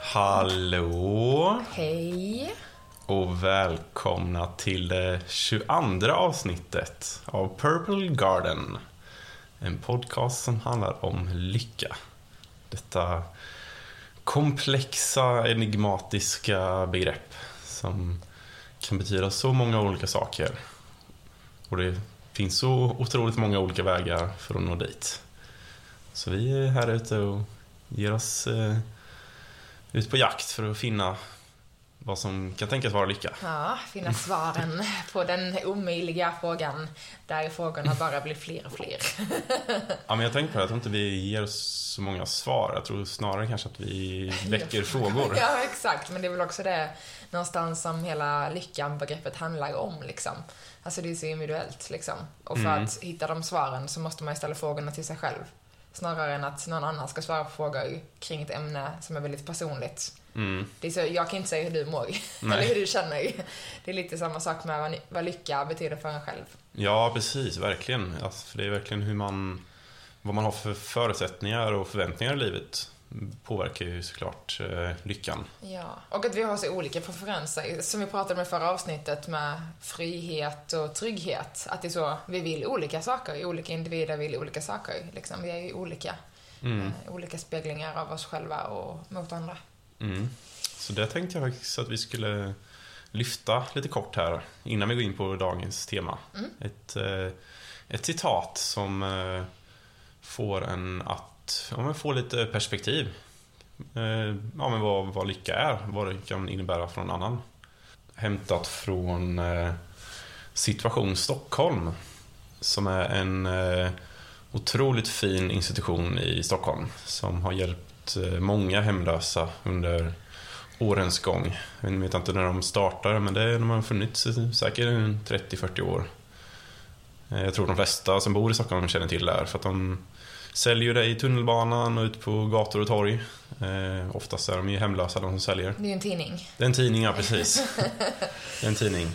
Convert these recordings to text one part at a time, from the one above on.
Hallå! Hej! Och välkomna till det 22:a avsnittet av Purple Garden. En podcast som handlar om lycka. Detta komplexa, enigmatiska begrepp som kan betyda så många olika saker. Och det finns så otroligt många olika vägar för att nå dit. Så vi är här ute och ger oss ut på jakt för att finna vad som kan tänkas vara lycka. Ja, finna svaren på den omöjliga frågan där frågorna bara blir fler och fler. Ja, men jag tänkte på det, jag tror inte vi ger oss så många svar. Jag tror snarare kanske att vi väcker frågor. Ja, exakt. Men det är väl också det någonstans som hela lyckan-begreppet handlar om, liksom. Alltså det är så individuellt, liksom. Och för att hitta de svaren så måste man ställa frågorna till sig själv. Snarare än att någon annan ska svara på frågor kring ett ämne som är väldigt personligt. Det är så, jag kan inte säga hur du mår eller hur du känner. Det är lite samma sak med vad lycka betyder för en själv. Ja, precis, verkligen. Alltså, för det är verkligen vad man har för förutsättningar och förväntningar i livet påverkar ju såklart lyckan. Ja, och att vi har så olika preferenser. Som vi pratade med förra avsnittet med frihet och trygghet. Att det är så, vi vill olika saker. Olika individer vill olika saker. Liksom. Vi är ju olika. Olika speglingar av oss själva och mot andra. Så det tänkte jag faktiskt att vi skulle lyfta lite kort här innan vi går in på dagens tema. Ett citat som får en att få lite perspektiv. Men vad lycka är, vad det kan innebära från någon annan. Hämtat från Situation Stockholm, som är en otroligt fin institution i Stockholm som har hjälpt många hemlösa under årens gång. Jag vet inte när de startar, men de har funnits säkert 30-40 år. Jag tror de flesta som bor i Stockholm känner till det här, för att de säljer det i tunnelbanan och ut på gator och torg. Oftast är de ju hemlösa, de som säljer. Det är ju en tidning. Det är en tidning, ja, precis. Det är en tidning.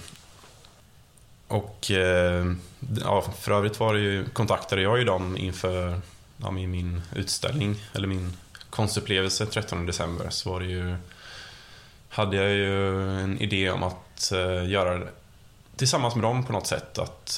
Och för övrigt kontaktade jag ju dem inför min utställning, eller min konstupplevelse 13 december. Så hade jag ju en idé om att göra det tillsammans med dem på något sätt. Att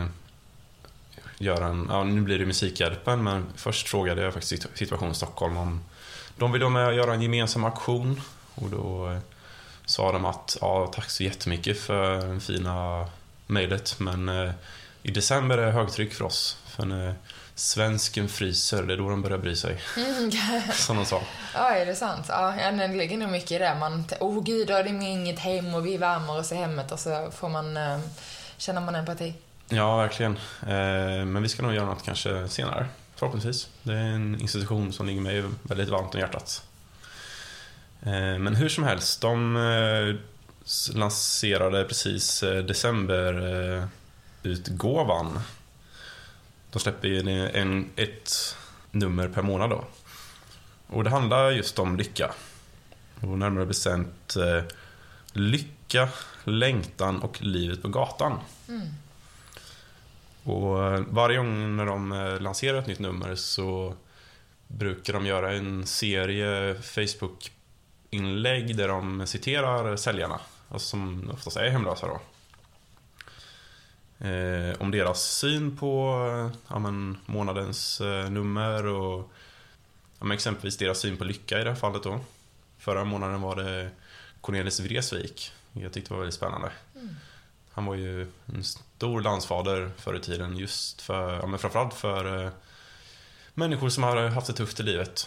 göra nu blir det Musikhjälpen, men först frågade jag faktiskt Situation Stockholm om de vill med göra en gemensam aktion. Och då sa de att tack så jättemycket för fina mejlet, men i december är det högtryck för oss. För när svensken fryser, det är då de börjar bry sig. Som de sa. Ja, är det sant? Ja, det ligger nog mycket i det. Gud, det är inget hem och vi värmer oss i hemmet, och så känner man empati. Ja, verkligen. Men vi ska nog göra något kanske senare, förhoppningsvis. Det är en institution som ligger mig väldigt varmt om hjärtat. Men hur som helst, de lanserade precis decemberutgåvan. De släpper ju ett nummer per månad då. Och det handlar just om lycka. Och närmare bestämt lycka, längtan och livet på gatan. Och varje gång när de lanserar ett nytt nummer så brukar de göra en serie Facebook-inlägg där de citerar säljarna, alltså som oftast är hemlösa då. Om deras syn på månadens nummer och exempelvis deras syn på lycka i det här fallet då. Förra månaden var det Cornelis Vreeswijk. Jag tyckte det var väldigt spännande. Han var ju en stor landsfader förr i tiden, just för, framförallt för människor som har haft det tufft i livet.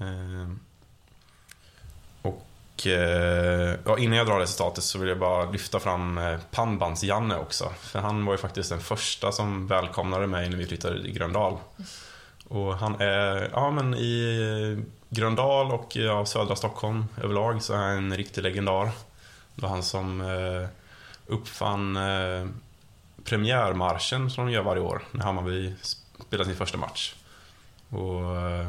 Innan jag drar det citatet så vill jag bara lyfta fram Pannbands-Janne också. För han var ju faktiskt den första som välkomnade mig när vi flyttade i Gröndal. Och han är i Gröndal och södra Stockholm överlag så är han en riktig legendar. Det var han som uppfann premiärmarschen som de gör varje år när Hammarby spelar sin första match. Och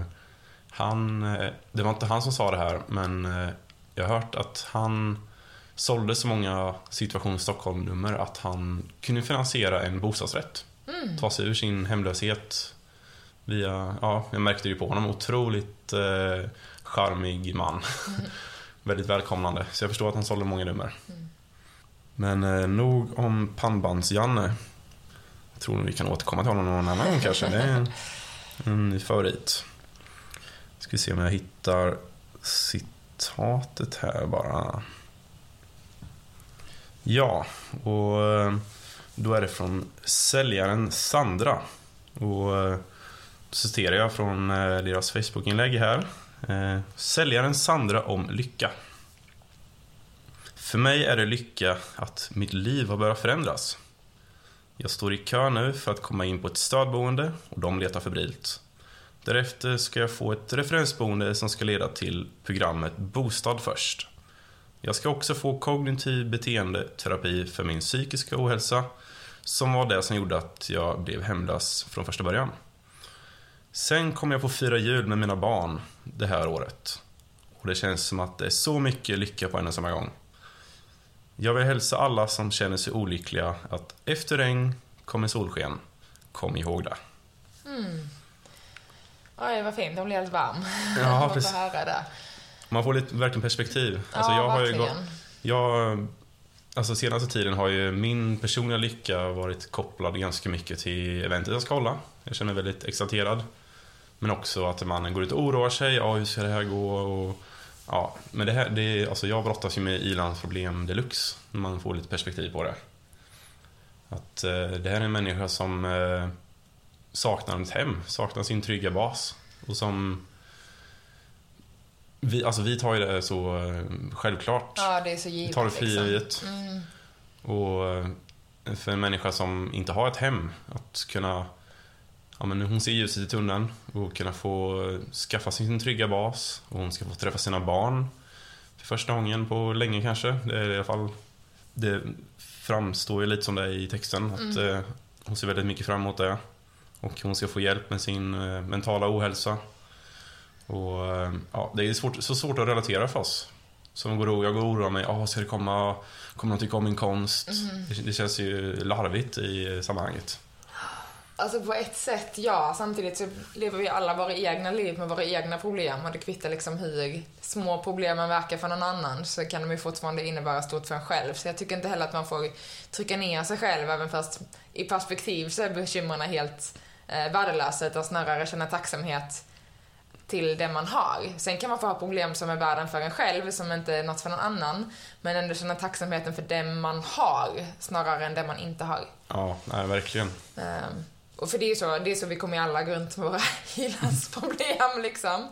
det var inte han som sa det här, men jag har hört att han sålde så många Situation Stockholm-nummer att han kunde finansiera en bostadsrätt. Ta sig ur sin hemlöshet via, jag märkte ju på honom, otroligt charmig man. väldigt välkomnande. Så jag förstår att han sålde många nummer. Men nog om pannbands-Janne. Jag tror vi kan återkomma till honom någon annan gång kanske. Det är en ny favorit. Ska vi se om jag hittar citatet här bara. Ja, och då är det från säljaren Sandra. Och citerar jag från deras Facebook-inlägg här. Säljaren Sandra om lycka. För mig är det lycka att mitt liv har börjat förändras. Jag står i kö nu för att komma in på ett stödboende och de letar febrilt. Därefter ska jag få ett referensboende som ska leda till programmet Bostad först. Jag ska också få kognitiv beteendeterapi för min psykiska ohälsa, som var det som gjorde att jag blev hemlös från första början. Sen kommer jag få fira jul med mina barn det här året. Och det känns som att det är så mycket lycka på en och samma gång. Jag vill hälsa alla som känner sig olyckliga att efter regn kommer solsken. Kom ihåg det. Oj, vad fint. De blir helt varm. Ja, precis. Höra det. Man får lite verkligen perspektiv. Alltså, alltså senaste tiden har ju min personliga lycka varit kopplad ganska mycket till eventet jag ska hålla. Jag känner mig väldigt exalterad. Men också att man går ut och oroar sig. Ja, hur ska det här gå? Och, ja, men alltså jag brottas ju med ilandsproblem deluxe. När man får lite perspektiv på det. Att det här är en människa som saknar ett hem. Saknar sin trygga bas. Och som... Vi tar ju det så självklart. Ja, det är så givet. Vi tar det frihet. Och för en människa som inte har ett hem, att kunna... Ja, men hon ser ljuset i tunneln och kunna få skaffa sin trygga bas. Och hon ska få träffa sina barn för första gången på länge kanske. Det är i alla fall... Det framstår ju lite som det är i texten. Att hon ser väldigt mycket fram emot det. Och hon ska få hjälp med sin mentala ohälsa. Och ja, det är så svårt att relatera för oss. Som jag går och oroar mig. Ska det kommer de tycka om min konst? Det känns ju larvigt i sammanhanget. Alltså på ett sätt, ja. Samtidigt så lever vi alla våra egna liv med våra egna problem. Och det kvittar liksom hur små problemen verkar för någon annan. Så kan de ju fortfarande innebära stort för en själv. Så jag tycker inte heller att man får trycka ner sig själv. Även fast i perspektiv så är bekymmerna helt värdelösa. Utan snarare känna tacksamhet till det man har. Sen kan man få ha problem som är värden för en själv, som inte är något för någon annan. Men ändå känna tacksamheten för det man har, snarare än det man inte har. Ja, nej, verkligen. Och för det är så vi kommer ju alla gå runt med våra ilandsproblem liksom.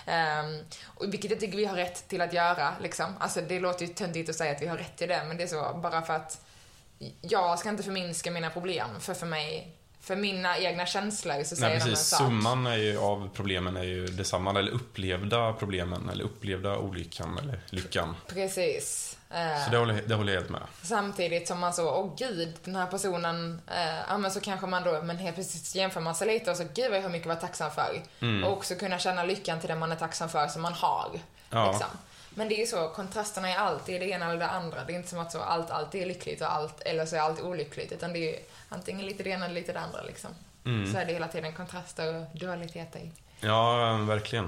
Och vilket jag tycker vi har rätt till att göra liksom. Alltså det låter ju töntigt att säga att vi har rätt till det, men det är så bara för att jag ska inte förminska mina problem. För mig, för mina egna känslor så säger de en sak. Summan är ju av problemen är ju detsamma, eller upplevda problemen, eller upplevda olyckan eller lyckan. Precis. Så det håller jag helt med. Samtidigt som man så, gud, den här personen, men så kanske man då, men helt precis jämför man sig lite och så, gud vad jag har mycket att vara tacksam för. Och också kunna känna lyckan till det man är tacksam för som man har. Ja. Liksom. Men det är ju så, kontrasterna är alltid det ena eller det andra. Det är inte som att så allt alltid är lyckligt och allt, eller så är allt olyckligt. Utan det är ju antingen lite det ena eller lite det andra liksom. Så är det hela tiden kontraster och dualiteter i. Ja, verkligen.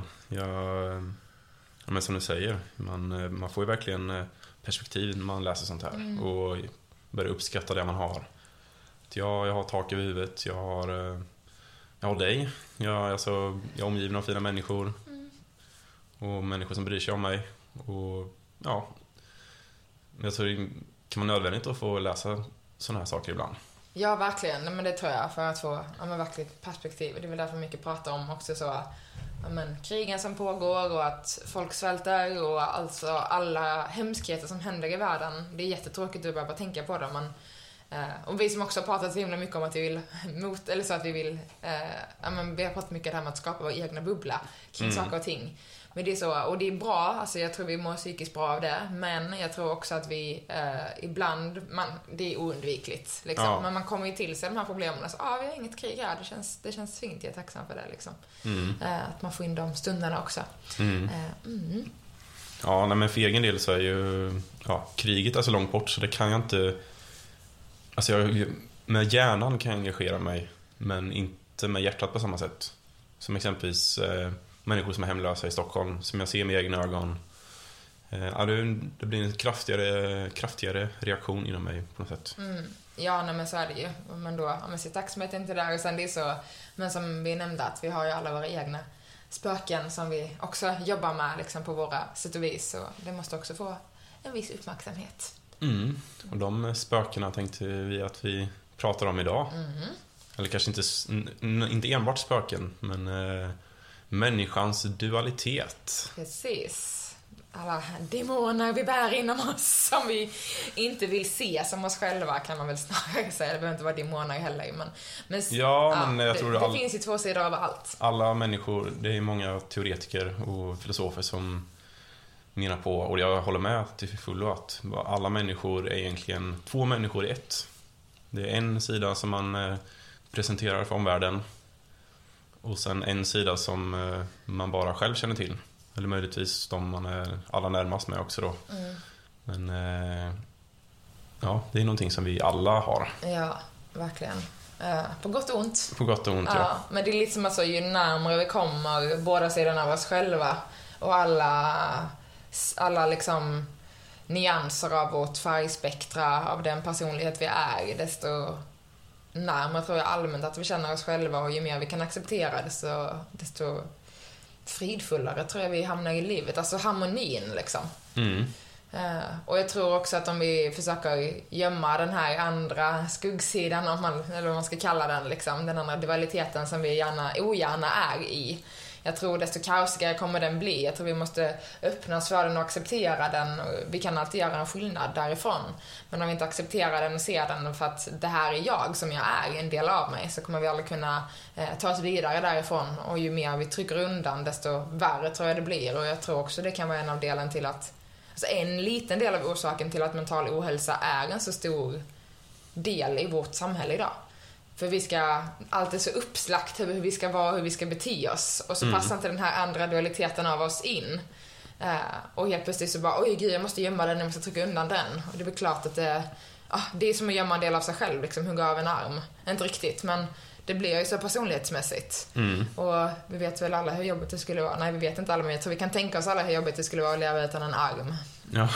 Men som du säger, man får ju verkligen perspektiv när man läser sånt här. Och börjar uppskatta det man har. Jag har tak över huvudet, jag har dig. Jag är omgiven av fina människor. Och människor som bryr sig om mig. Och ja, jag tror det kan vara nödvändigt att få läsa såna här saker ibland. Ja, verkligen. Men det tror jag, för att få verkligt perspektiv. Det är väl därför mycket pratar om också så, krigen som pågår och att folk svälter och alltså alla hemskheter som händer i världen. Det är jättetråkigt att behöva tänka på det, men och vi som också har pratat så himla mycket om att vi vill vi har pratat mycket om det här med att skapa vår egna bubbla kring saker och ting. Men det är så, och det är bra, alltså jag tror vi mår psykiskt bra av det, men jag tror också att vi ibland, det är oundvikligt liksom. Ja. Men man kommer ju till sig de här problemen och så, vi har inget krig här, det känns fint, jag är tacksam för det liksom. Att man får in de stunderna också. Ja, men för egen del så är ju kriget är så långt bort så det kan jag inte, alltså med hjärnan kan jag engagera mig, men inte med hjärtat på samma sätt. Som exempelvis människor som är hemlösa i Stockholm, som jag ser med egna ögon. Ja, det blir en kraftigare reaktion inom mig på något sätt. Ja, nej, men så är det ju. Men då, om man ser tacksamhet inte där. Och sen det är så, men som vi nämnde, att vi har ju alla våra egna spöken som vi också jobbar med liksom, på våra sätt och vis. Och det måste också få en viss uppmärksamhet. Och de spökena tänkte vi att vi pratar om idag. Eller kanske inte enbart spöken, men människans dualitet. Precis. Alla demoner vi bär inom oss som vi inte vill se som oss själva, kan man väl snarare säga. Det behöver inte vara demoner heller. Men jag tror det finns ju två sidor av allt. Alla människor, det är många teoretiker och filosofer som menar på, och jag håller med till fullo, att alla människor är egentligen två människor i ett. Det är en sida som man presenterar för omvärlden, och sen en sida som man bara själv känner till. Eller möjligtvis de man är allra närmast med också då. Men ja, det är någonting som vi alla har. Ja, verkligen. På gott och ont. På gott och ont, ja. Men det är liksom alltså, ju närmare vi kommer båda sidorna av oss själva och alla liksom nyanser av vårt färgspektra, av den personlighet vi är, desto närmare tror jag allmänt att vi känner oss själva, och ju mer vi kan acceptera det, desto fridfullare tror jag vi hamnar i livet. Alltså harmonin liksom. Och jag tror också att om vi försöker gömma den här andra skuggsidan, eller vad man ska kalla den liksom, den andra dualiteten som vi ogärna är i, jag tror desto kaosigare kommer den bli. Jag tror vi måste öppna oss för den och acceptera den. Vi kan alltid göra en skillnad därifrån. Men om vi inte accepterar den och ser den för att det här är jag som jag är, en del av mig, så kommer vi aldrig kunna ta oss vidare därifrån. Och ju mer vi trycker undan, desto värre tror jag det blir. Och jag tror också det kan vara en av delen till att, alltså en liten del av orsaken till att mental ohälsa är en så stor del i vårt samhälle idag. För vi ska alltid så uppslagt hur vi ska vara, hur vi ska bete oss. Och så passar inte den här andra dualiteten av oss in. Och helt plötsligt så bara, oj gud, jag måste gömma den, jag måste trycka undan den. Och det är väl klart att det är som att gömma en del av sig själv, liksom hugga av en arm. Inte riktigt, men det blir ju så personlighetsmässigt. Och vi vet väl alla hur jobbigt det skulle vara. Nej, vi vet inte alla, men jag tror vi kan tänka oss alla hur jobbigt det skulle vara att leva utan en arm. Ja.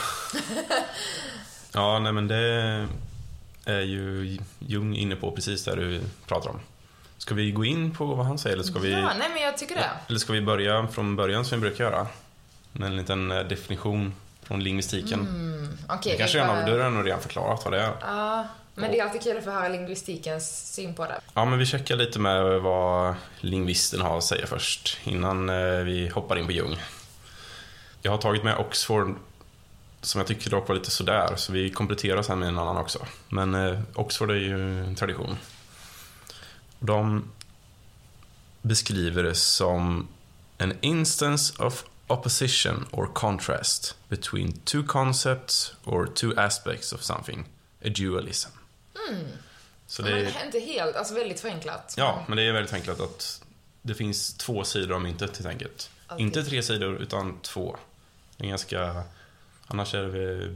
Ja, nej men det är ju Jung inne på precis där du pratar om. Ska vi gå in på vad han säger, eller ska vi... Ja, nej men jag tycker det. Eller ska vi börja från början som vi brukar göra? Med en liten definition från lingvistiken. Okay, det kanske du har nog redan förklarat vad det är. Ja, men det är alltid kul att få höra lingvistikens syn på det. Ja, men vi checkar lite med vad lingvisten har att säga först, innan vi hoppar in på Jung. Jag har tagit med Oxford, som jag tycker dock var lite sådär, så vi kompletterar sen med en annan också. Men Oxford är ju en tradition. De beskriver det som an instance of opposition or contrast between two concepts or two aspects of something, a dualism. Så det är inte helt, alltså väldigt förenklat. Ja, men det är väldigt förenklat att det finns två sidor av myntet helt enkelt. Alltid. Inte 3 sidor, utan 2. Det är ganska... Annars är det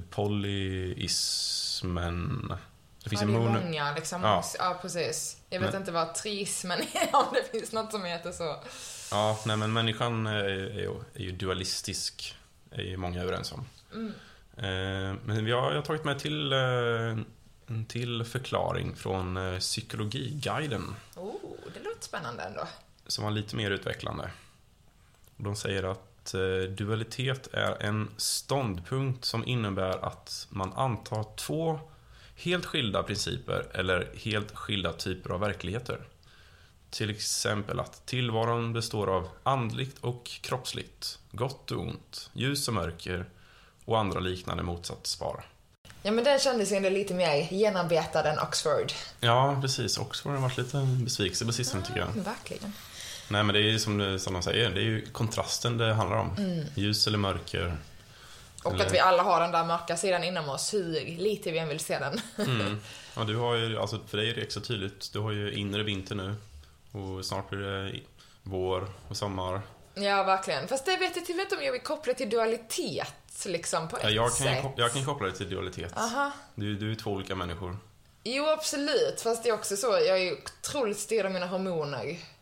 polyismen. Det finns det är många liksom. Ja, precis. Jag vet inte vad triismen är, om det finns något som heter så. Ja, nej men människan är ju dualistisk, är ju många överens om. Men jag har tagit med till en till förklaring från Psykologiguiden. Det låter spännande ändå. Som var lite mer utvecklande. De säger att dualitet är en ståndpunkt som innebär att man antar 2 helt skilda principer eller helt skilda typer av verkligheter. Till exempel att tillvaron består av andligt och kroppsligt, gott och ont, ljus och mörker och andra liknande motsatspar. Ja, men den kändes ju ändå lite mer genomarbetad än Oxford. Ja, precis. Oxford har varit lite besvikelse på sistone, tycker jag. Verkligen. Nej, men det är ju som de säger, det är ju kontrasten det handlar om. Ljus eller mörker. Och att vi alla har den där mörka sidan inom oss, hur lite vi än vill se den. Ja, du har ju, alltså för dig är det också tydligt. Du har ju inre vinter nu. Och snart blir det vår och sommar. Ja, verkligen. Fast det vet jag inte om jag vill koppla till dualitet liksom på ett sätt. Jag kan koppla det till dualitet. Aha. Du är 2 olika människor. Jo, absolut. Fast det är också så, jag är ju otroligt styrd av mina hormoner.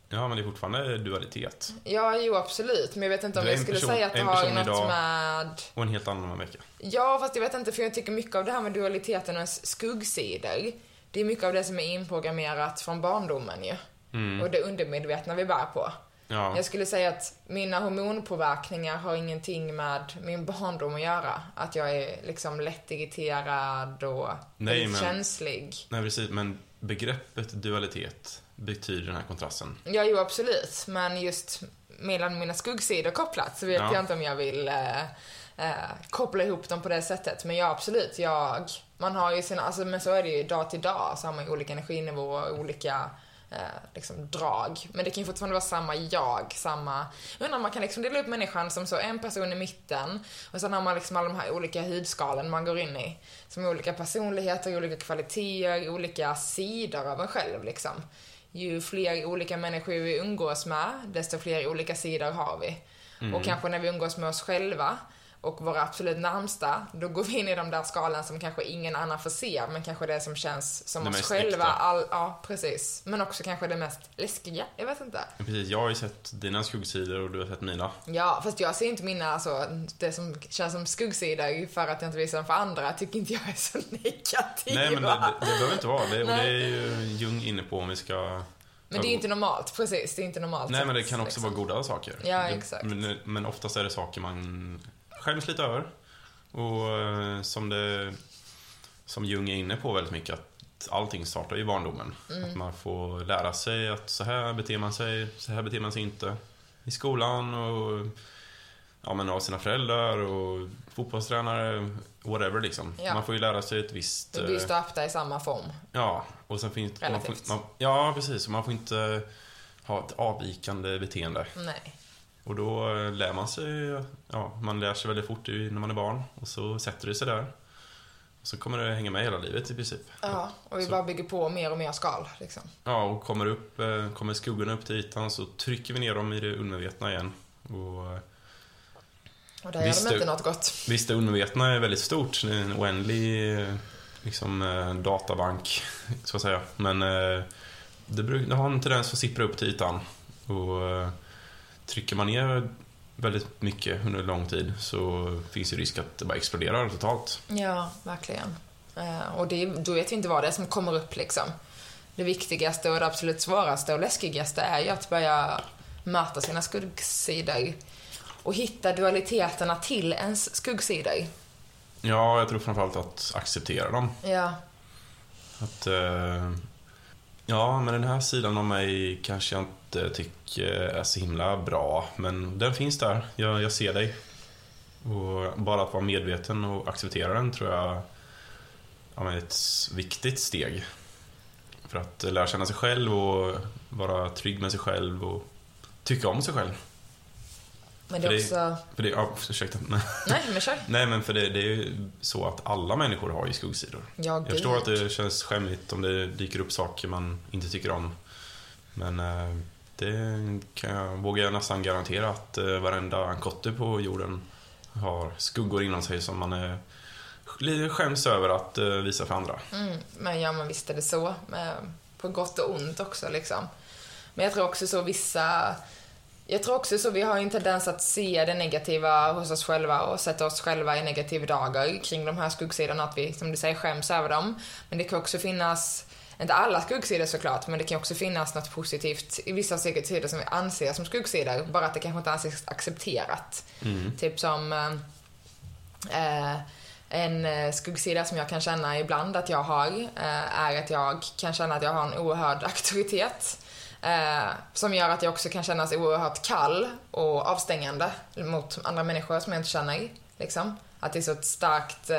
Ja, men det är fortfarande dualitet. Ja, jo absolut. Men jag vet inte om jag skulle säga att det har något med... Och en helt annan om en vecka. Ja, fast jag vet inte, för jag tycker mycket av det här med dualiteten och skuggsidor, det är mycket av det som är inprogrammerat från barndomen ju. Och det undermedvetna vi bär på. Ja. Jag skulle säga att mina hormonpåverkningar har ingenting med min barndom att göra. Att jag är liksom lätt irriterad och känslig. Nej, precis. Men begreppet dualitet betyder den här kontrasten. Ja, jo, absolut. Men just mellan mina skuggsidor kopplat så vet jag inte om jag vill koppla ihop dem på det sättet. Men ja, absolut. Man har ju sina, alltså, men så är det ju dag till dag. Så har man ju olika energinivåer och olika liksom drag. Men det kan ju fortfarande vara samma samma... Jag undrar om man kan liksom dela upp människan som så en person i mitten och sen har man liksom alla de här olika hudskalen man går in i. Som är olika personligheter, olika kvaliteter, olika sidor av en själv liksom. Ju fler olika människor vi umgås med, desto fler olika sidor har vi. Och kanske när vi umgås med oss själva och våra absolut närmsta, då går vi in i de där skalen som kanske ingen annan får se, men kanske det som känns som oss själva. Ja, precis. Men också kanske det mest läskiga, jag vet inte. Ja, precis, jag har ju sett dina skuggsidor och du har sett mina. Ja, fast jag ser inte mina, alltså, det som känns som skuggsidor för att jag inte visar dem för andra, tycker inte jag är så negativa. Nej, men det behöver inte vara det. Och det är ju Jung inne på om vi ska... Men det är inte normalt, precis. Det är inte normalt. Nej, men det kan också vara goda saker. Ja, exakt. Men oftast är det saker man skäms lite över. Och som Jung är inne på väldigt mycket, att allting startar i barndomen. Att man får lära sig att så här beter man sig inte i skolan och av sina föräldrar och fotbollstränare, whatever liksom. Ja. Man får ju lära sig ett visst... Du blir stöpta i samma form. Ja, och sen finns ja, precis. Man får inte ha ett avvikande beteende. Nej. Och då lär man sig, man lär sig väldigt fort när man är barn. Och så sätter det sig där. Och så kommer det hänga med hela livet i princip. Ja, och vi bara bygger på mer och mer skal liksom. Ja, och kommer skuggorna upp till ytan så trycker vi ner dem i det undermedvetna igen. Och där gör de inte något gott. Visst, det undermedvetna är väldigt stort. Det är en oändlig databank, så att säga. Men det har en tendens att sippra upp till ytan. Och trycker man ner väldigt mycket under lång tid så finns ju risk att det bara exploderar totalt. Ja, verkligen. Och då vet vi inte vad det är som kommer upp liksom. Det viktigaste och det absolut svåraste och läskigaste är ju att börja möta sina skuggsidor och hitta dualiteterna till ens skuggsidor. Ja, jag tror framförallt att acceptera dem. Ja. Att men den här sidan av mig kanske jag inte tycker är så himla bra, men den finns där. Jag ser dig. Och bara att vara medveten och acceptera den tror jag är ett viktigt steg. För att lära känna sig själv och vara trygg med sig själv och tycka om sig själv. Men det är också... ursäkta. Nej, men kör. Nej, men för det är ju så att alla människor har ju skuggsidor. Ja, jag förstår att det känns skämmigt om det dyker upp saker man inte tycker om. Men det vågar jag nästan garantera att varenda kotte på jorden har skuggor inom sig som man är lite skäms över att visa för andra. Men visst är det så. På gott och ont också liksom. Men jag tror också så vi har en tendens att se det negativa hos oss själva och sätta oss själva i negativa dagar kring de här skuggsidorna, att vi, som du säger, skäms över dem. Men det kan också finnas, inte alla skuggsidor såklart, men det kan också finnas något positivt i vissa sidor som vi anser som skuggsidor, bara att det kanske inte anses accepterat. Typ som en skuggsida som jag kan känna ibland att jag har är att jag kan känna att jag har en oerhörd auktoritet. Som gör att jag också kan kännas oerhört kall och avstängande mot andra människor som jag inte känner liksom. Att det är så ett starkt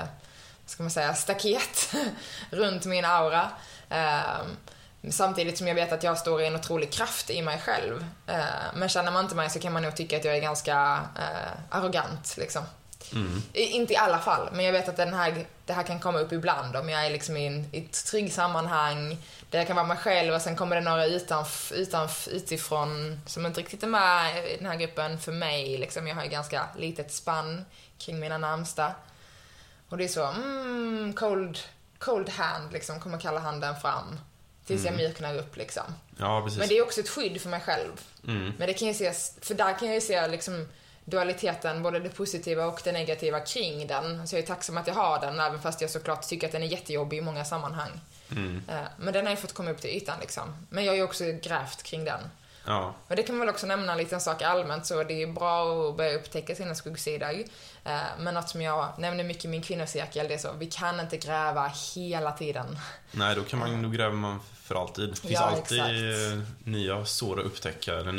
staket runt min aura, samtidigt som jag vet att jag står i en otrolig kraft i mig själv, men känner man inte mig så kan man nog tycka att jag är ganska arrogant liksom. Inte i alla fall, men jag vet att det här kan komma upp ibland om jag är liksom i ett trygg sammanhang där jag kan vara mig själv och sen kommer det några utifrån som inte riktigt är med i den här gruppen för mig liksom. Jag har ju ganska litet spann kring mina närmsta och det är så cold hand liksom, kommer kalla handen fram tills jag mjuknar upp liksom. Ja, precis. Men det är också ett skydd för mig själv. Mm. Men det kan ju ses, för där kan jag ju se liksom dualiteten, både det positiva och det negativa kring den. Så jag är tacksam att jag har den, även fast jag såklart tycker att den är jättejobbig i många sammanhang. Men den har ju fått komma upp till ytan liksom. Men jag har ju också grävt kring den. Ja. Och det kan man väl också nämna en liten sak allmänt, så det är bra att börja upptäcka sina skuggsidor. Men något som jag nämner mycket i min kvinnocirkel, det är så, vi kan inte gräva hela tiden. Nej, då gräver man för alltid. Det finns alltid nya sår att upptäcka, eller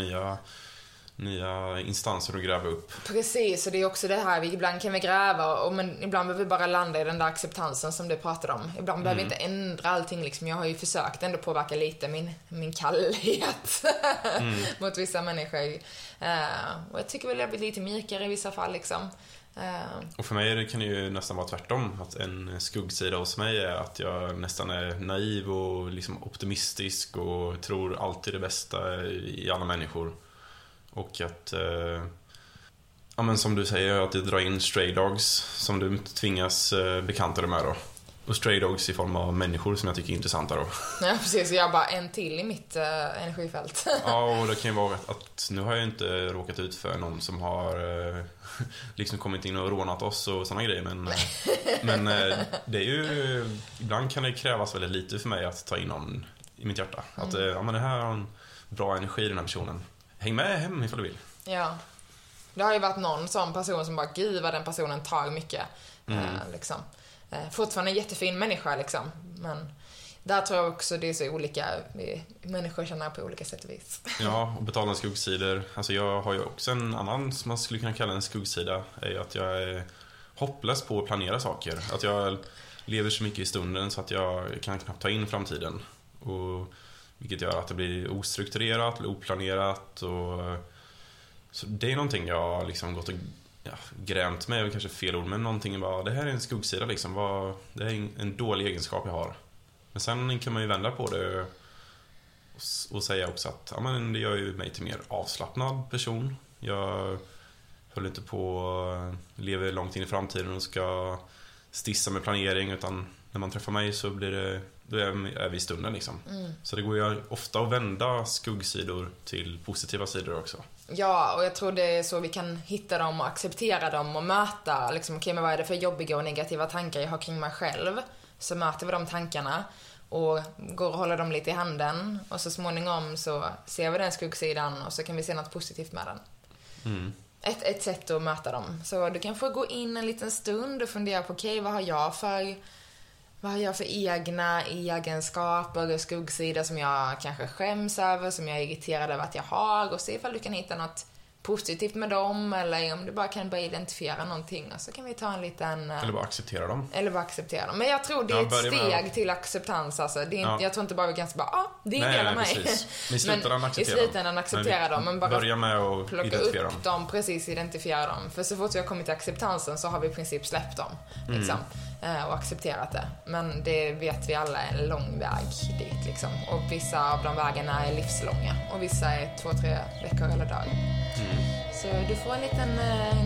nya instanser att gräva upp. Precis, och det är också det här, ibland kan vi gräva, men ibland behöver vi bara landa i den där acceptansen som du pratade om. Ibland behöver vi inte ändra allting liksom. Jag har ju försökt ändå påverka lite min kallhet mot vissa människor. Och jag tycker väl jag blir lite mjukare i vissa fall liksom. Och för mig kan det ju nästan vara tvärtom. Att en skuggsida hos mig är att jag nästan är naiv och liksom optimistisk och tror alltid det bästa i alla människor. Och att, ja men som du säger, att det drar in stray dogs som du tvingas bekanta dig med då. Och stray dogs i form av människor som jag tycker är intressanta då. Ja precis, jag har bara en till i mitt energifält. Ja, och det kan ju vara att nu har jag inte råkat ut för någon som har liksom kommit in och rånat oss och såna grejer. Men det är ju, ibland kan det krävas väldigt lite för mig att ta in någon i mitt hjärta. Att ja, men det här har en bra energi i den här personen. Häng med hem ifall du vill. Ja. Det har ju varit någon sån person som bara, gud vad den personen tar mycket. Liksom. Fortfarande en jättefin människa liksom. Men där tror jag också det är så olika. Människor känner på olika sätt och vis. Ja, och betala skuggsidor. Alltså jag har ju också en annan som man skulle kunna kalla en skuggsida. Är ju att jag är hopplös på att planera saker. Att jag lever så mycket i stunden så att jag kan knappt ta in framtiden. Och vilket gör att det blir ostrukturerat eller oplanerat. Och så det är någonting jag har liksom gått och grämt med, kanske fel ord, men någonting bara, det här är en skuggsida liksom, det är en dålig egenskap jag har. Men sen kan man ju vända på det och säga också att ja, men det gör ju mig till mer avslappnad person. Jag håller inte på lever långt in i framtiden och ska stissa med planering, utan när man träffar mig så blir det, då är vi i stunden liksom. Så det går ju ofta att vända skuggsidor till positiva sidor också. Ja, och jag tror det är så vi kan hitta dem och acceptera dem och möta liksom, okej, men vad är det för jobbiga och negativa tankar jag har kring mig själv? Så möter vi de tankarna och går och håller dem lite i handen, och så småningom så ser vi den skuggsidan och så kan vi se något positivt med den. Ett sätt att möta dem. Så du kan få gå in en liten stund och fundera på okej, vad har jag för egna egenskaper och skuggsidor som jag kanske skäms över, som jag är irriterad över att jag har, och se ifall du kan hitta något positivt med dem, eller om du bara kan börja identifiera någonting, och så kan vi ta en liten... Eller bara acceptera dem. Men jag tror det är ett steg till acceptans. Alltså. Det är, jag tror inte bara vi kan säga det är en del av mig. Men i slutändan acceptera dem. Men bara börja med att plocka upp dem, precis identifiera dem. För så fort vi har kommit till acceptansen så har vi i princip släppt dem. Liksom. Och accepterat det. Men det vet vi alla är en lång väg dit liksom. Och vissa av de vägarna är livslånga. Och vissa är 2-3 veckor eller dagar. Så du får en liten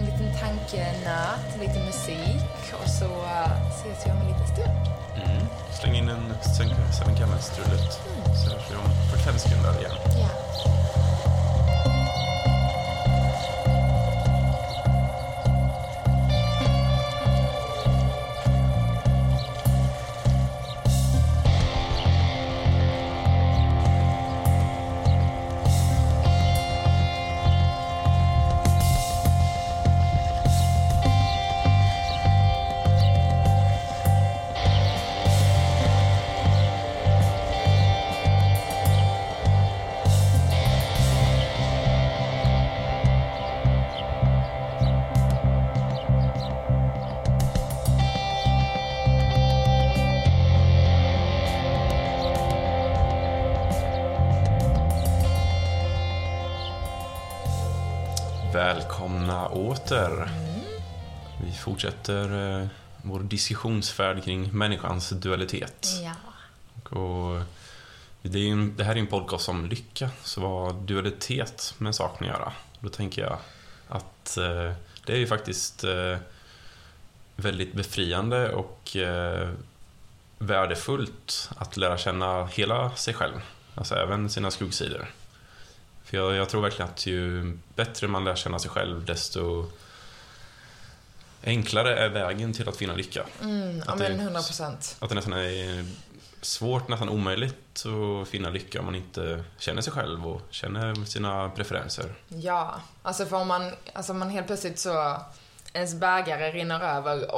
tankenöt, lite musik, och så ses vi om en liten stund. Släng in en Seven Camels-trudelutt. Så hörs vi om 45 sekunder igen. Ja. Välkomna åter. Vi fortsätter vår diskussionsfärd kring människans dualitet. Ja. Och det här är en podcast om lycka. Så vad har dualitet med saken att göra? Då tänker jag att det är ju faktiskt väldigt befriande och värdefullt att lära känna hela sig själv. Alltså även sina skuggsidor. För jag tror verkligen att ju bättre man lär känna sig själv, desto enklare är vägen till att finna lycka. Ja, men 100%. Att det nästan är svårt, nästan omöjligt att finna lycka om man inte känner sig själv och känner sina preferenser. Ja, alltså för om man helt plötsligt så ens bägare rinner över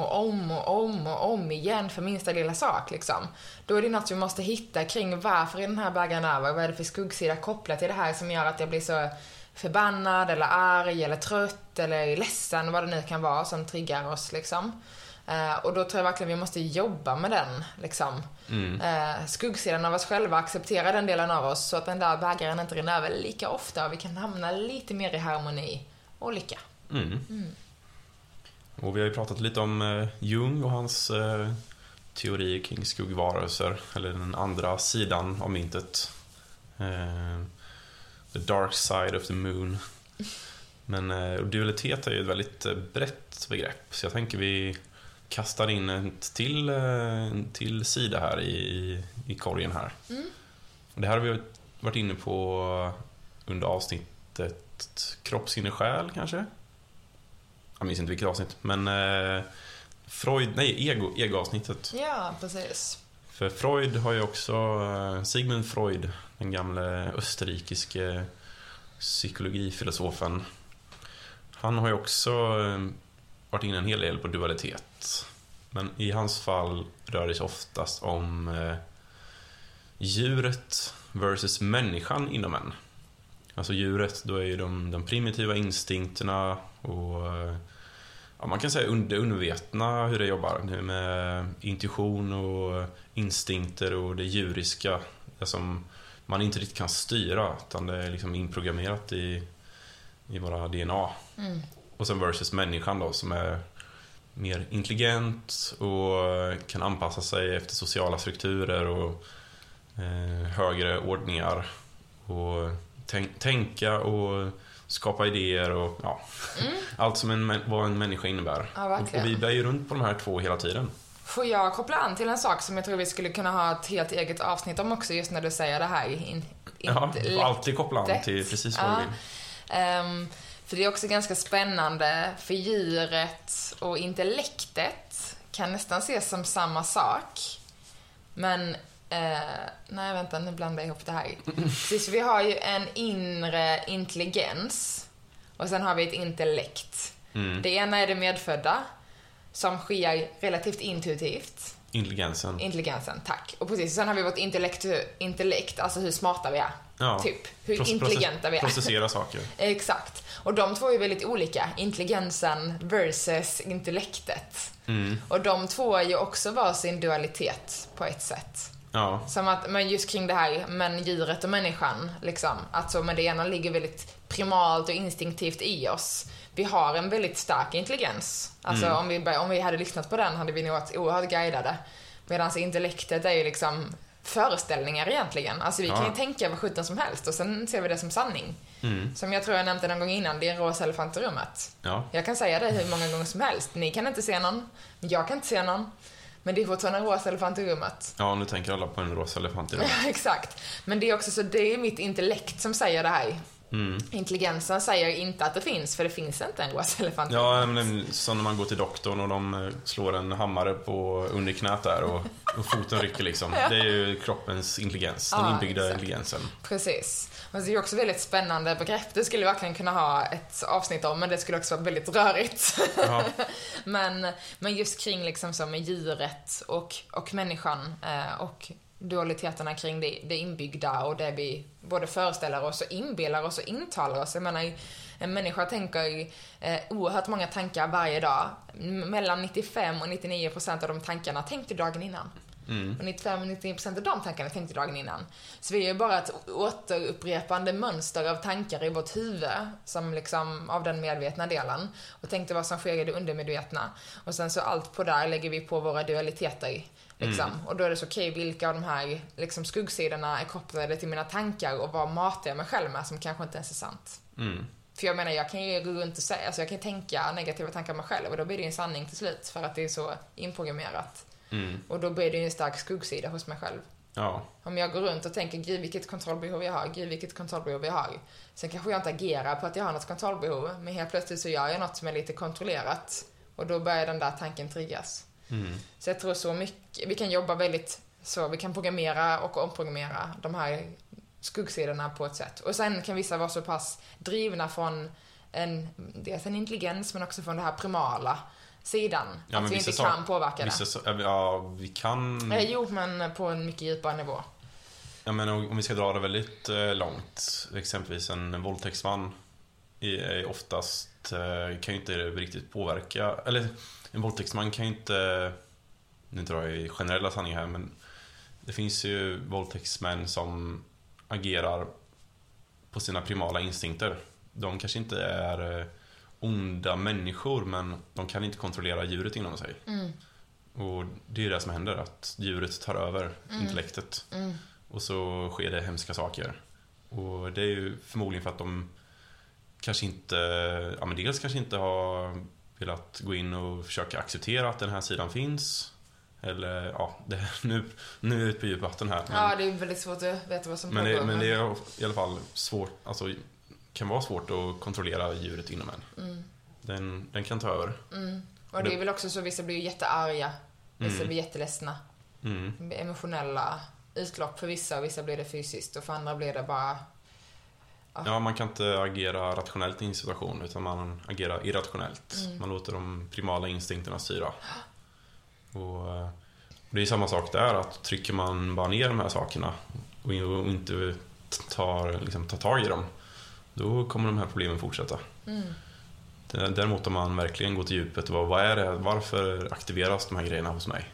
om igen för minsta lilla sak liksom. Då är det något vi måste hitta kring varför är den här bägaren över, vad är det för skuggsida kopplat till det här som gör att jag blir så förbannad eller arg eller trött eller ledsen, vad det nu kan vara som triggar oss liksom. Och då tror jag verkligen vi måste jobba med den liksom. Skuggsidan av oss själva, acceptera den delen av oss så att den där bägaren inte rinner över lika ofta och vi kan hamna lite mer i harmoni och lycka. Och vi har ju pratat lite om Jung och hans teorier kring skuggvarelser, eller den andra sidan av myntet. The dark side of the moon. Men dualitet är ju ett väldigt brett begrepp, så jag tänker vi kastar in en till sida här i korgen här. Det här har vi varit inne på under avsnittet kropp, sinne, själ kanske. Jag minns inte vilket avsnitt, men ego-avsnittet. Ja, precis. För Freud har ju också, Sigmund Freud, den gamla österrikiske psykologifilosofen, han har ju också varit inne en hel del på dualitet. Men i hans fall rör det sig oftast om djuret versus människan inom en. Alltså djuret, då är ju de primitiva instinkterna och man kan säga det undervetna hur det jobbar med intuition och instinkter och det djuriska, det som man inte riktigt kan styra, utan det är liksom inprogrammerat i våra DNA. Och sen versus människan då, som är mer intelligent och kan anpassa sig efter sociala strukturer och högre ordningar och tänka och skapa idéer och allt som vad en människa innebär. Ja, och vi bär ju runt på de här två hela tiden. Får jag koppla an till en sak som jag tror vi skulle kunna ha ett helt eget avsnitt om också, just när du säger det här. Ja, du får alltid koppla an till precis vad du vill. För det är också ganska spännande, för djuret och intellektet kan nästan ses som samma sak. Men, nej vänta, nu blandar jag ihop det här. Precis, vi har ju en inre intelligens och sen har vi ett intellekt. Det ena är det medfödda, som sker relativt intuitivt. Intelligensen, tack. Och precis, sen har vi vårt intellekt, alltså hur smarta vi är. Ja, typ, hur intelligenta vi är. Processera saker. Exakt. Och de två är väldigt olika. Intelligensen versus intellektet. Och de två är ju också varsin dualitet på ett sätt. Ja. Som att, men just kring det här, men djuret och människan, liksom. Alltså, men det ena ligger väldigt primalt och instinktivt i oss. Vi har en väldigt stark intelligens. Alltså om vi hade lyssnat på den hade vi nog varit oerhört guidade. Medan intellektet är ju liksom föreställningar egentligen. Alltså vi kan ju tänka vad sjutton som helst och sen ser vi det som sanning. Som jag tror jag nämnde någon gång innan, det är en rosa elefant i rummet. Ja. Jag kan säga det hur många gånger som helst. Ni kan inte se någon, jag kan inte se någon. Men det är fortfarande en rosa elefant i rummet. Ja, nu tänker alla på en rosa elefant i rummet. Exakt. Men det är också så, det är mitt intellekt som säger det här. Intelligensen säger inte att det finns, för det finns inte en rosa elefant. Ja, men så när man går till doktorn och de slår en hammare på underknät där och foten rycker liksom. Det är ju kroppens intelligens, den inbyggda intelligensen. Precis. Men det är också väldigt spännande begrepp. Det skulle vi verkligen kunna ha ett avsnitt om, men det skulle också vara väldigt rörigt. men just kring liksom som med djuret och människan och dualiteterna kring det inbyggda och det vi både föreställer oss och inbillar oss och intalar oss. Jag menar, en människa tänker oerhört många tankar varje dag. Mellan 95 och 99% av de tankarna tänkte dagen innan. Och 95-99% av de tankarna tänkte dagen innan. Så vi är ju bara ett återupprepande mönster av tankar i vårt huvud, som liksom av den medvetna delen, och tänkte vad som sker i det undermedvetna. Och sen så allt på där lägger vi på våra dualiteter. Liksom. Och då är det så okej, vilka av de här liksom, skuggsidorna är kopplade till mina tankar och vad matar jag mig själv med som kanske inte ens är sant. För jag menar, jag kan ju gå runt och säga, alltså jag kan tänka negativa tankar om mig själv och då blir det en sanning till slut för att det är så inprogrammerat. Och då blir det ju en stark skuggsida hos mig själv. Ja. Om jag går runt och tänker, gud vilket kontrollbehov jag har, gud vilket kontrollbehov jag har. Sen kanske jag inte agerar på att jag har något kontrollbehov, men helt plötsligt så gör jag något som är lite kontrollerat. Och då börjar den där tanken triggas. Så jag tror så mycket, vi kan jobba väldigt så, vi kan programmera och omprogrammera de här skuggsidorna på ett sätt. Och sen kan vissa vara så pass drivna från dels en intelligens, men också från det här primala sidan. Ja, att vi inte kan påverka det. Ja, vi kan... Jo, men på en mycket djupare nivå. Ja, men om vi ska dra det väldigt långt, exempelvis en våldtäktsman är oftast kan ju inte riktigt påverka, eller en våldtäktsman kan ju inte, nu drar jag i generella sanningar här, men det finns ju våldtäktsmän som agerar på sina primala instinkter. De kanske inte är onda människor, men de kan inte kontrollera djuret inom sig. Och det är det som händer, att djuret tar över intellektet. Och så sker det hemska saker. Och det är ju förmodligen för att de kanske inte, ja men dels kanske inte har velat gå in och försöka acceptera att den här sidan finns. Eller ja, nu är det på djup vatten här. Ja, det är väldigt svårt att veta vad som pågår. Men det är i alla fall svårt, alltså kan vara svårt att kontrollera djuret inom en. Den kan ta över. Och det är väl också så, vissa blir ju jättearga. Vissa blir jätteledsna. Emotionella utlopp för vissa, och vissa blir det fysiskt, och för andra blir det bara... Ja, man kan inte agera rationellt i en situation, utan man agerar irrationellt. Man låter de primala instinkterna styra. Och det är samma sak där, att trycker man bara ner de här sakerna och inte tar tag i dem, då kommer de här problemen fortsätta. Däremot om man verkligen går till djupet, vad är det, varför aktiveras de här grejerna hos mig?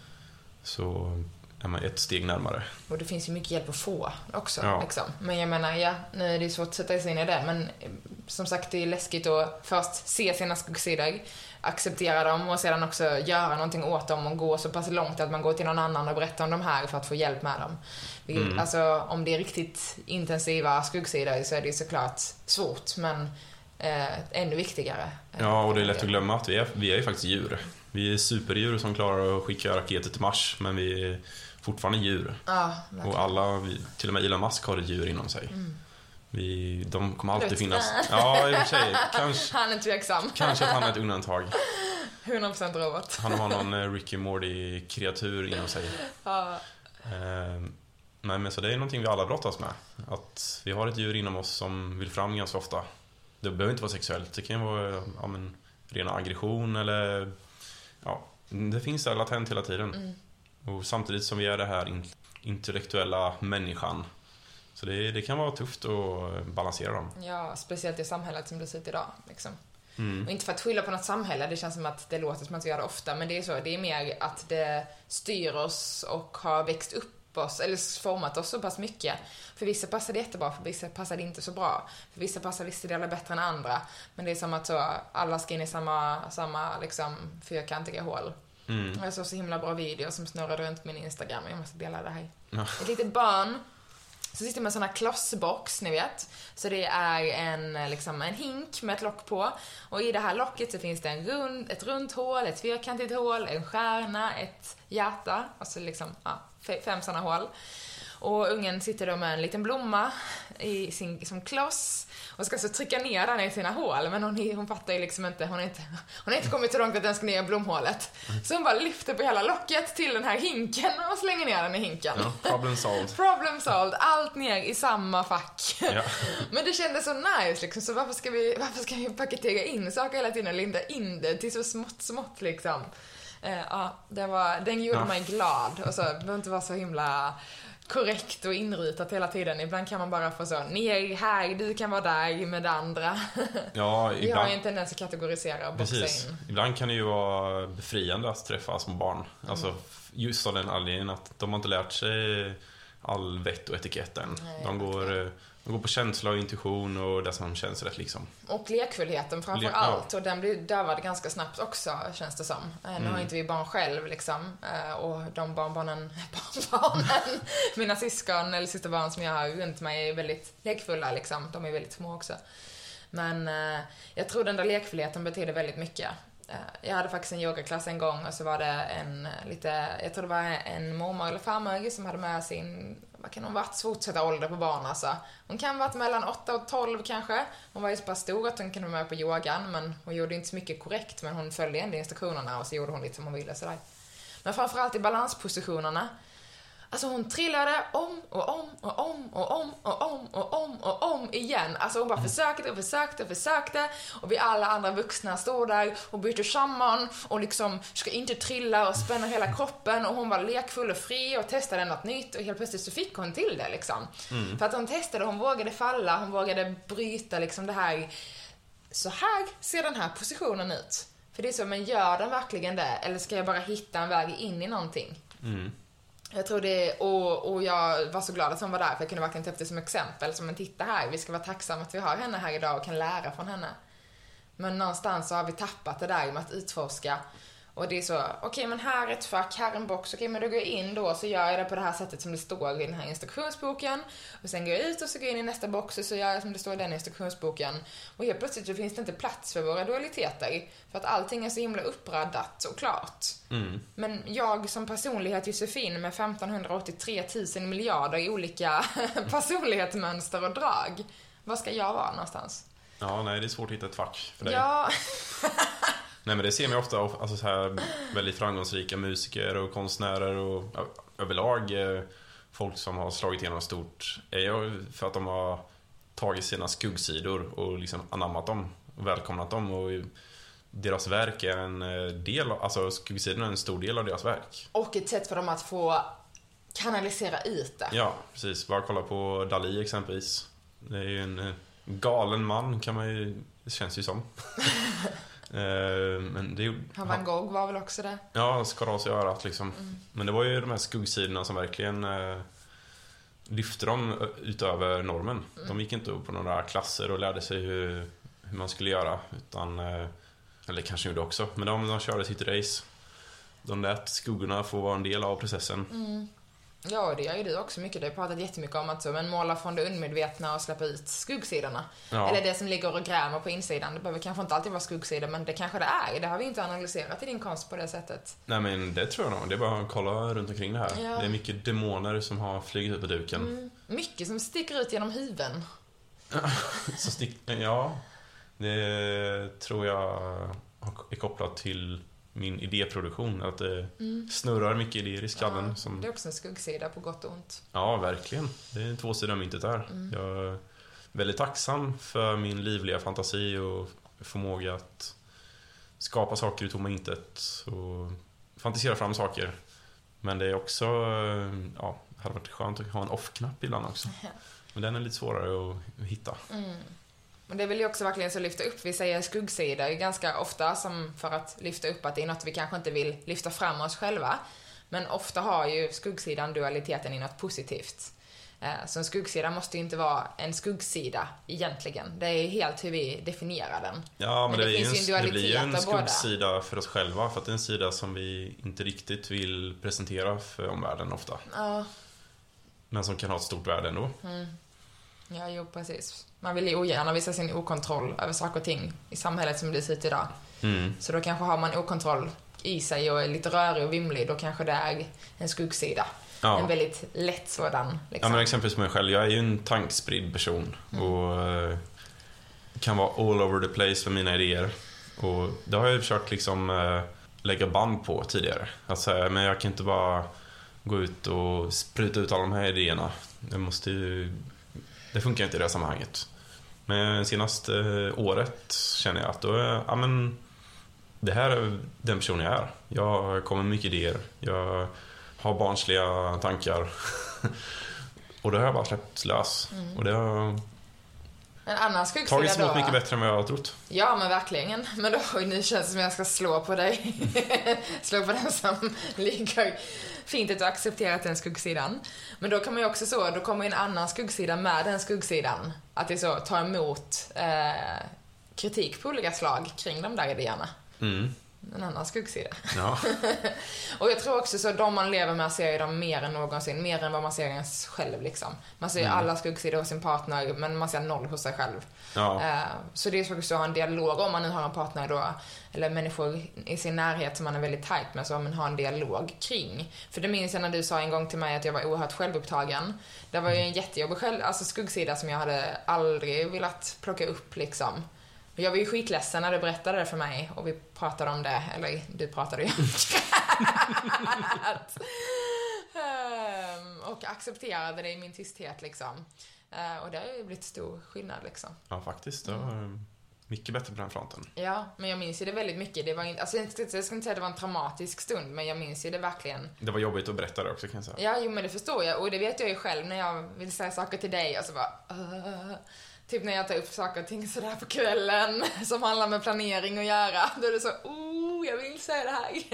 Så är man ett steg närmare. Och det finns ju mycket hjälp att få också. Ja. Liksom. Men jag menar, ja, nu är det svårt att sätta sig in i det. Men som sagt, det är läskigt att först se sina skuggsidor, acceptera dem och sedan också göra någonting åt dem och gå så pass långt att man går till någon annan och berättar om de här för att få hjälp med dem. Alltså, om det är riktigt intensiva skuggsidor så är det såklart svårt, men ännu viktigare. Ja, och det är lätt att glömma att vi är ju faktiskt djur. Vi är superdjur som klarar att skicka raketer till Mars, men vi är fortfarande djur. Ja, och till och med Elon Musk har ett djur inom sig. De kommer alltid finnas. Ja, i och för sig. Han är tveksam. Kanske att han är ett undantag. 100% robot. Han har någon Ricky Morty-kreatur inom sig. Ja. Men så det är någonting vi alla brottas med. Att vi har ett djur inom oss som vill fram ganska ofta. Det behöver inte vara sexuellt. Det kan vara rena aggression eller... Ja, det finns där latent hela tiden. Och samtidigt som vi är det här intellektuella människan. Så det kan vara tufft att balansera dem. Ja, speciellt i samhället som det ser ut idag. Liksom. Och inte för att skylla på något samhälle, det känns som att det låter som att vi gör det ofta. Men det är så, det är mer att det styr oss och har växt upp oss, eller format oss så pass mycket. För vissa passar det jättebra, för vissa passar det inte så bra. För vissa passar vissa delar bättre än andra. Men det är som att så, alla ska in i samma liksom, fyrkantiga hål. Jag såg så himla bra video som snurrade runt min Instagram. Jag måste dela det här. Ett litet barn så sitter man en sån här klossbox, ni vet. Så det är en hink med ett lock på. Och i det här locket så finns det ett runt hål, ett fyrkantigt hål, en stjärna, ett hjärta. Alltså 5 såna hål. Och ungen sitter då med en liten blomma som kloss och ska så trycka ner den i sina hål, men hon fattar ju liksom inte, hon har inte kommit så långt att den ska ner i blomhålet. Så hon bara lyfter på hela locket till den här hinken och slänger ner den i hinken. Ja, problem solved. Problem solved, allt ner i samma fack. Ja. Men det kändes så nice liksom, så varför ska vi paketera in saker hela tiden och linda in det till så smått liksom. Den gjorde mig glad, och så behöver inte vara så himla korrekt och inrutat hela tiden. Ibland kan man bara få så, ner här, du kan vara där med det andra. Ja, Vi har ju en tendens att kategorisera och boxa in. Ibland kan det ju vara befriande att träffa små barn. Alltså just av den anledningen att de har inte lärt sig all vett och etikett än. De går på känsla och intuition och det som känns rätt liksom. Och lekfullheten framför allt. Och den blir dövad ganska snabbt också, känns det som. Nu har inte vi barn själv liksom. Och de barnbarnen, mina syskon eller systerbarn som jag har runt mig är väldigt lekfulla liksom. De är väldigt små också. Men jag tror den där lekfullheten betyder väldigt mycket. Jag hade faktiskt en yogaklass en gång och så var det jag tror det var en mormor eller farmor som hade med sin, vad kan hon varit, svårt att sätta ålder på barn alltså. Hon kan ha varit mellan 8 och 12 kanske. Hon var ju så pass stor att hon kunde vara med på yogan, men hon gjorde inte så mycket korrekt, men hon följde ändå instruktionerna och så gjorde hon lite som hon ville sådär. Men framförallt i balanspositionerna. Alltså hon trillade om och om och om och om och om och om och om igen. Alltså hon bara försökte. Och vi alla andra vuxna stod där och bytte samman och liksom ska inte trilla och spänna hela kroppen. Och hon var lekfull och fri och testade något nytt. Och helt plötsligt så fick hon till det liksom. För att hon testade, hon vågade falla, hon vågade bryta liksom det här. Så här ser den här positionen ut. För det är så, men gör den verkligen det? Eller ska jag bara hitta en väg in i någonting? Jag tror det, och jag var så glad att hon var där, för jag kunde verkligen ta upp det som exempel, som en titta här, vi ska vara tacksamma att vi har henne här idag och kan lära från henne. Men någonstans så har vi tappat det där med att utforska. Och det är så, okej, men här är ett fack, här är en box, okej, men då går jag in då, så gör jag det på det här sättet som det står i den här instruktionsboken. Och sen går jag ut och så går jag in i nästa box och så gör jag som det står i den instruktionsboken. Och helt plötsligt så finns det inte plats för våra dualiteter. För att allting är så himla uppraddat och klart. Men jag som personlighet, Josefin, med 1583 000 miljarder olika personlighetsmönster och drag. Vad ska jag vara någonstans? Ja, nej, det är svårt att hitta ett fack för dig. Ja. Nej, men det ser man ofta, alltså så här väldigt framgångsrika musiker och konstnärer och överlag folk som har slagit igenom stort är ju för att de har tagit sina skuggsidor och liksom anammat dem och välkomnat dem, och deras verk är en del, alltså skuggsidorna är en stor del av deras verk. Och ett sätt för dem att få kanalisera ut det. Ja, precis. Bara kolla på Dalí exempelvis. Det är ju en galen man, kan man ju, det känns ju som. Men det, Van Gogh var väl också det? Ja, skar av sig örat liksom. Men det var ju de här skuggsidorna som verkligen lyfte dem utöver normen. De gick inte upp på några klasser och lärde sig hur man skulle göra, utan, eller kanske gjorde också, men de körde sitt race. De lät skuggorna få vara en del av processen. Ja, det gör ju du också mycket. Du har pratat jättemycket om att men måla från det undermedvetna och släppa ut skuggsidorna. Ja. Eller det som ligger och grämer på insidan. Det behöver kanske inte alltid vara skuggsidor, men det kanske det är. Det har vi inte analyserat i din konst på det sättet. Nej, men det tror jag nog. Det är bara att kolla runt omkring det här. Ja. Det är mycket demoner som har flugit ut på duken. Mycket som sticker ut genom huven. Ja, det tror jag är kopplat till min idéproduktion, att det snurrar mycket idéer i skallen. Ja, som... Det är också en skuggsida på gott och ont. Ja, verkligen. Det är en tvåsida myntet där. Jag är väldigt tacksam för min livliga fantasi och förmåga att skapa saker ur tomma intet och fantisera fram saker. Men det är också, ja, det hade varit skönt att ha en off-knapp ibland också. Men den är lite svårare att hitta. Och det vill ju också verkligen så lyfta upp. Vi säger skuggsida ganska ofta som för att lyfta upp att det är något vi kanske inte vill lyfta fram oss själva. Men ofta har ju skuggsida dualiteten i något positivt. Så en skuggsida måste ju inte vara en skuggsida egentligen. Det är helt hur vi definierar den. Ja, men det blir ju en skuggsida för oss själva, för att det är en sida som vi inte riktigt vill presentera för omvärlden ofta. Ja. Men som kan ha ett stort värde ändå. Ja, jo, precis. Man vill ju ogärna visa sin okontroll över saker och ting i samhället som det ser ut idag. Så då kanske har man okontroll i sig och är lite rörig och vimlig, då kanske det är en skuggsida. Ja. En väldigt lätt sådan. Liksom. Ja, men exempelvis mig själv, jag är ju en tankspridd person och kan vara all over the place för mina idéer. Och det har jag försökt liksom lägga band på tidigare. Att säga, men jag kan inte bara gå ut och spruta ut alla de här idéerna. Det funkar inte i det här sammanhanget. Men senaste året känner jag att då är, men det här är den personen jag är. Jag kommer med mycket idéer. Jag har barnsliga tankar. Och det har jag bara släppt lös. Och det har tagits emot mycket bättre än vad jag har trott. Ja, men verkligen. Men då, nu känns det som jag ska slå på dig. Slå på den som ligger fint att du har accepterat den skuggsidan. Men då kan man ju också så, då kommer en annan skuggsida med den skuggsidan. Att det så tar emot kritik på olika slag kring de där idéerna. en annan skuggsida. Ja. Och jag tror också så de man lever med ser ju dem mer än någonsin, mer än vad man ser ens själv liksom. Man ser ju alla skuggsidor hos sin partner, men man ser 0 hos sig själv. Ja. Så det är så också att ha en dialog om man nu har en partner då, eller människor i sin närhet som man är väldigt tajt med, så man har en dialog kring. För det minns jag när du sa en gång till mig att jag var oerhört självupptagen. Det var ju en jättejobbig skuggsida som jag hade aldrig velat plocka upp liksom. Jag var ju skitledsen när du berättade det för mig och vi pratade om det, eller du pratade ju och accepterade det i min tysthet liksom. Och det har ju blivit stor skillnad liksom. Ja, faktiskt. Det var mycket bättre på den fronten. Ja, men jag minns ju det väldigt mycket. Det var inte, alltså, jag ska inte säga att det var en traumatisk stund, men jag minns ju det verkligen. Det var jobbigt att berätta det också, kan jag säga. Ja, jo, men det förstår jag. Och det vet jag ju själv när jag vill säga saker till dig och så bara... Typ när jag tar upp saker och ting sådär på kvällen som handlar med planering att göra. Då är det så, jag vill säga det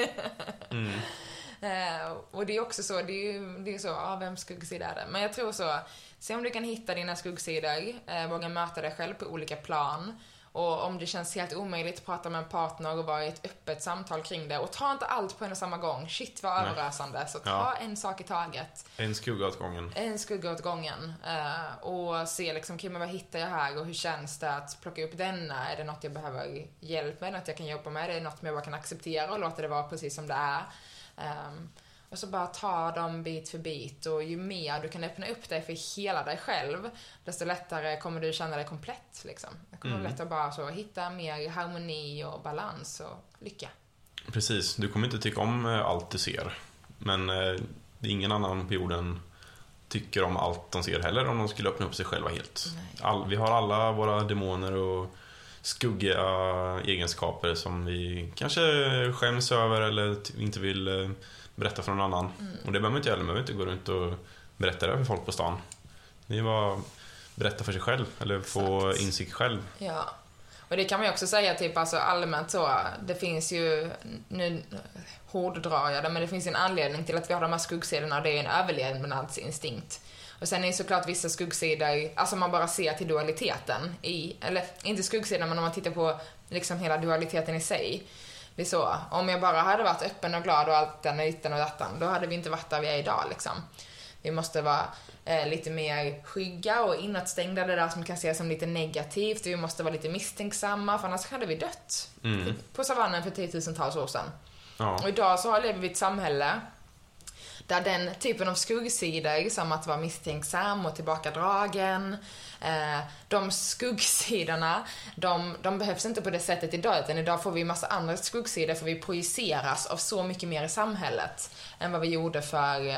här. Och det är också så, det är så, vem skuggsida är det? Men jag tror så, se om du kan hitta dina skuggsidor, våga möta dig själv på olika plan. Och om det känns helt omöjligt att prata med en partner och vara i ett öppet samtal kring det. Och ta inte allt på en och samma gång. Shit, vad överrasande. Så ta en sak i taget. En skugga åt gången. En skugga åt gången. Och se liksom, okej, men vad hittar jag här? Och hur känns det att plocka upp denna? Är det något jag behöver hjälp med? Något jag kan jobba med? Är det något jag bara kan acceptera och låta det vara precis som det är? Och så bara ta dem bit för bit. Och ju mer du kan öppna upp dig för hela dig själv, desto lättare kommer du känna dig komplett liksom. Det kommer lättare bara så hitta mer harmoni och balans och lycka. Precis, du kommer inte tycka om allt du ser. Men ingen annan på jorden tycker om allt de ser heller, om de skulle öppna upp sig själva helt. Vi har alla våra demoner och skuggiga egenskaper som vi kanske skäms över eller inte vill berätta för någon annan. Och det behöver man inte göra, man behöver inte gå runt och berätta det för folk på stan. Det är bara berätta för sig själv eller få insikt själv. Ja. Och det kan man ju också säga typ alltså allmänt så, det finns ju, nu hårddrar jag det, men det finns en anledning till att vi har de här skuggsidorna, och det är en överlevnadsinstinkt. Och sen är det såklart vissa skuggsidor, alltså man bara ser till dualiteten i, eller inte skuggsidan, men om man tittar på liksom hela dualiteten i sig. Det är så, om jag bara hade varit öppen och glad och allt den ytan och datan, då hade vi inte varit där vi är idag liksom. Vi måste vara lite mer skygga och inåtstängda, det där som kan ses som lite negativt. Vi måste vara lite misstänksamma, för annars hade vi dött på savannen för 10 000-tals år sedan. Ja. Och idag så lever vi i ett samhälle där den typen av skuggsidor, som att vara misstänksam och tillbakadragen, de skuggsidorna, de behövs inte på det sättet idag, utan idag får vi massa andra skuggsidor, för vi projiceras av så mycket mer i samhället än vad vi gjorde för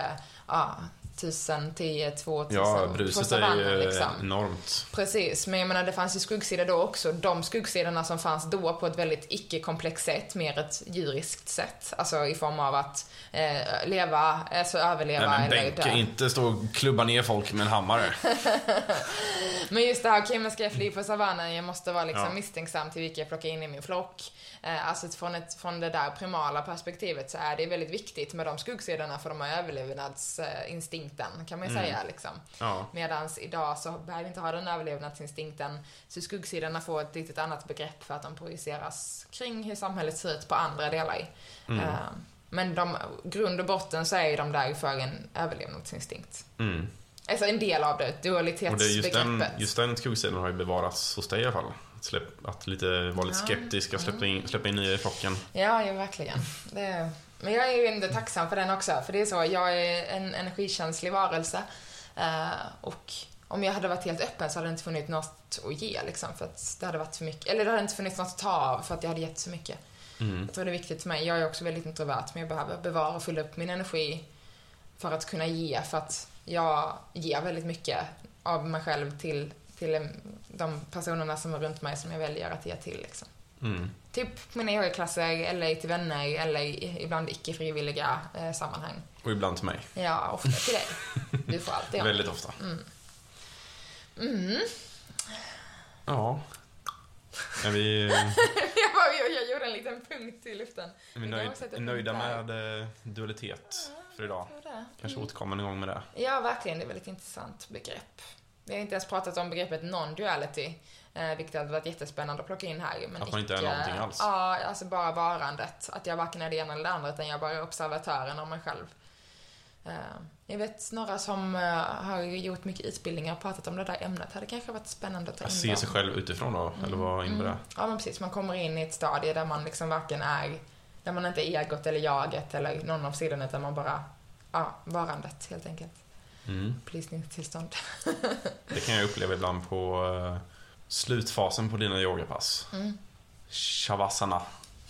1000, 10, 2000. Ja, bruset är ju liksom enormt. Precis, men jag menar det fanns ju skuggsidor då också. De skuggsidorna som fanns då på ett väldigt icke-komplext sätt, mer ett djuriskt sätt. Alltså i form av att leva, alltså överleva. Nej, men eller bänka, inte stå och klubba ner folk med en hammare. Men just det här, okej, men ska jag fly på savannen, jag måste vara liksom misstänksam till vilka jag plockar in i min flock. Alltså från det där primala perspektivet så är det väldigt viktigt med de skuggsidorna, för de har överlevnadsinstinkten, kan man ju säga liksom. Ja. Medans idag så behöver vi inte ha den överlevnadsinstinkten, så skuggsidorna får ett litet annat begrepp för att de projiceras kring hur samhället ser ut på andra delar. Men grund och botten så är de där för en överlevnadsinstinkt. Alltså en del av det, dualitetsbegreppet. Just den skuggsidan har ju bevarats hos dig i alla fall. Att vara lite skeptisk och släppa in nya i flocken. Ja, verkligen. Men jag är ju inte tacksam för den också. För det är så, jag är en energikänslig varelse. Och om jag hade varit helt öppen så hade det inte funnits något att ge liksom, för att det hade varit för mycket. Eller det hade inte funnits något att ta av för att jag hade gett så mycket. Jag tror det är viktigt för mig. Jag är också väldigt introvert, men jag behöver bevara och fylla upp min energi för att kunna ge. För att jag ger väldigt mycket av mig själv till de personerna som är runt mig, som jag väljer att ge till liksom. Typ mina yoga-klasser, eller till vänner, eller ibland icke-frivilliga sammanhang. Och ibland till mig. Ja, ofta till dig. Du får alltid. Väldigt ofta. Ja. Är vi... jag gjorde en liten punkt i luften. Är vi nöjda med dualitet för idag? Kanske återkommer en gång med det. Ja, verkligen. Det är ett väldigt intressant begrepp. Vi har inte ens pratat om begreppet non-duality, vilket hade varit jättespännande att plocka in här. Men att man inte är någonting alls. Ja, alltså bara varandet. Att jag varken är det ena eller det andra, utan jag bara är observatören av mig själv. Jag vet några som har gjort mycket utbildningar och pratat om det där ämnet. Hade kanske varit spännande att ta in. Att se sig själv utifrån då, eller vad innebär det? Ja, men precis. Man kommer in i ett stadie där man liksom varken är, där man inte är egot eller jaget eller någon av sidorna, utan man bara, varandet helt enkelt. Upplysningstillstånd. Det kan jag uppleva ibland på slutfasen på dina yogapass. Shavasana.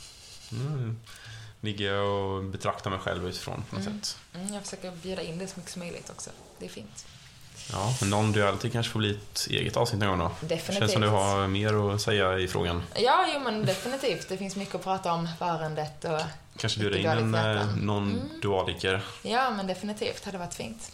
Ligger jag och betraktar mig själv utifrån på något sätt. Jag försöker bjuda in det så mycket som möjligt också. Det är fint. Ja, men non-duality kanske får bli ett eget avsnitt någon gång då. Definitivt. Känns som du har mer att säga i frågan. Ja, jo, men definitivt. Det finns mycket att prata om varandet och kanske bjuda in en non-dualiker. Ja, men definitivt. Det hade varit fint.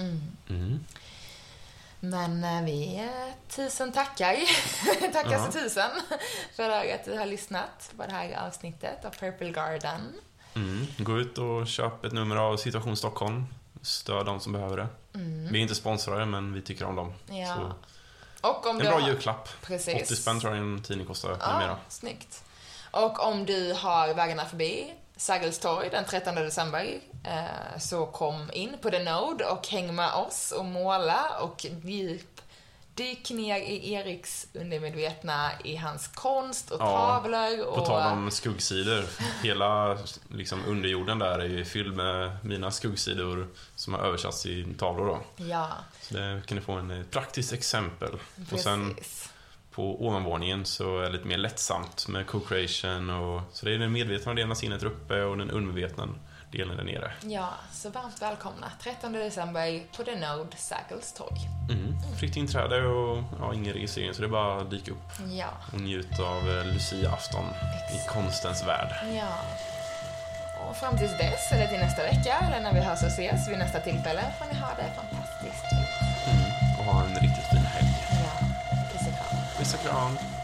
Men vi tusen tackar. Tackar så tusen för att du har lyssnat på det här avsnittet av Purple Garden. Gå ut och köp ett nummer av Situation Stockholm. Stöd de som behöver det. Vi är inte sponsrade, men vi tycker om dem. Ja. Så. Och om en bra julklapp. Precis. 80 spänn tror jag en tidning kostar. Ja, snyggt. Och om du har vägarna förbi Sergels torg den 13 december, så kom in på The Node och häng med oss och måla och dyk ner i Eriks undermedvetna, i hans konst och tavlor. Och... På tal om skuggsidor. Hela liksom, underjorden där är ju fylld med mina skuggsidor som har översatts i tavlor då. Ja. Så det kan du få en praktiskt exempel. Precis. Och sen på ovanvåningen så är det lite mer lättsamt med co-creation och så det är den medvetna delen av sinnet uppe och den undermedvetna delen där nere. Ja, så varmt välkomna. 13 december på The Node, Sergels torg. Fritt inträde och ingen registrering, så det är bara att dyka upp och njuta av Lucia-afton i konstens värld. Ja. Och fram tills dess, eller till nästa vecka, eller när vi hörs och ses vid nästa tillfälle, får ni ha det fantastiskt. Och ha en riktigt fin helg. Ja, puss och kram. Puss och kram.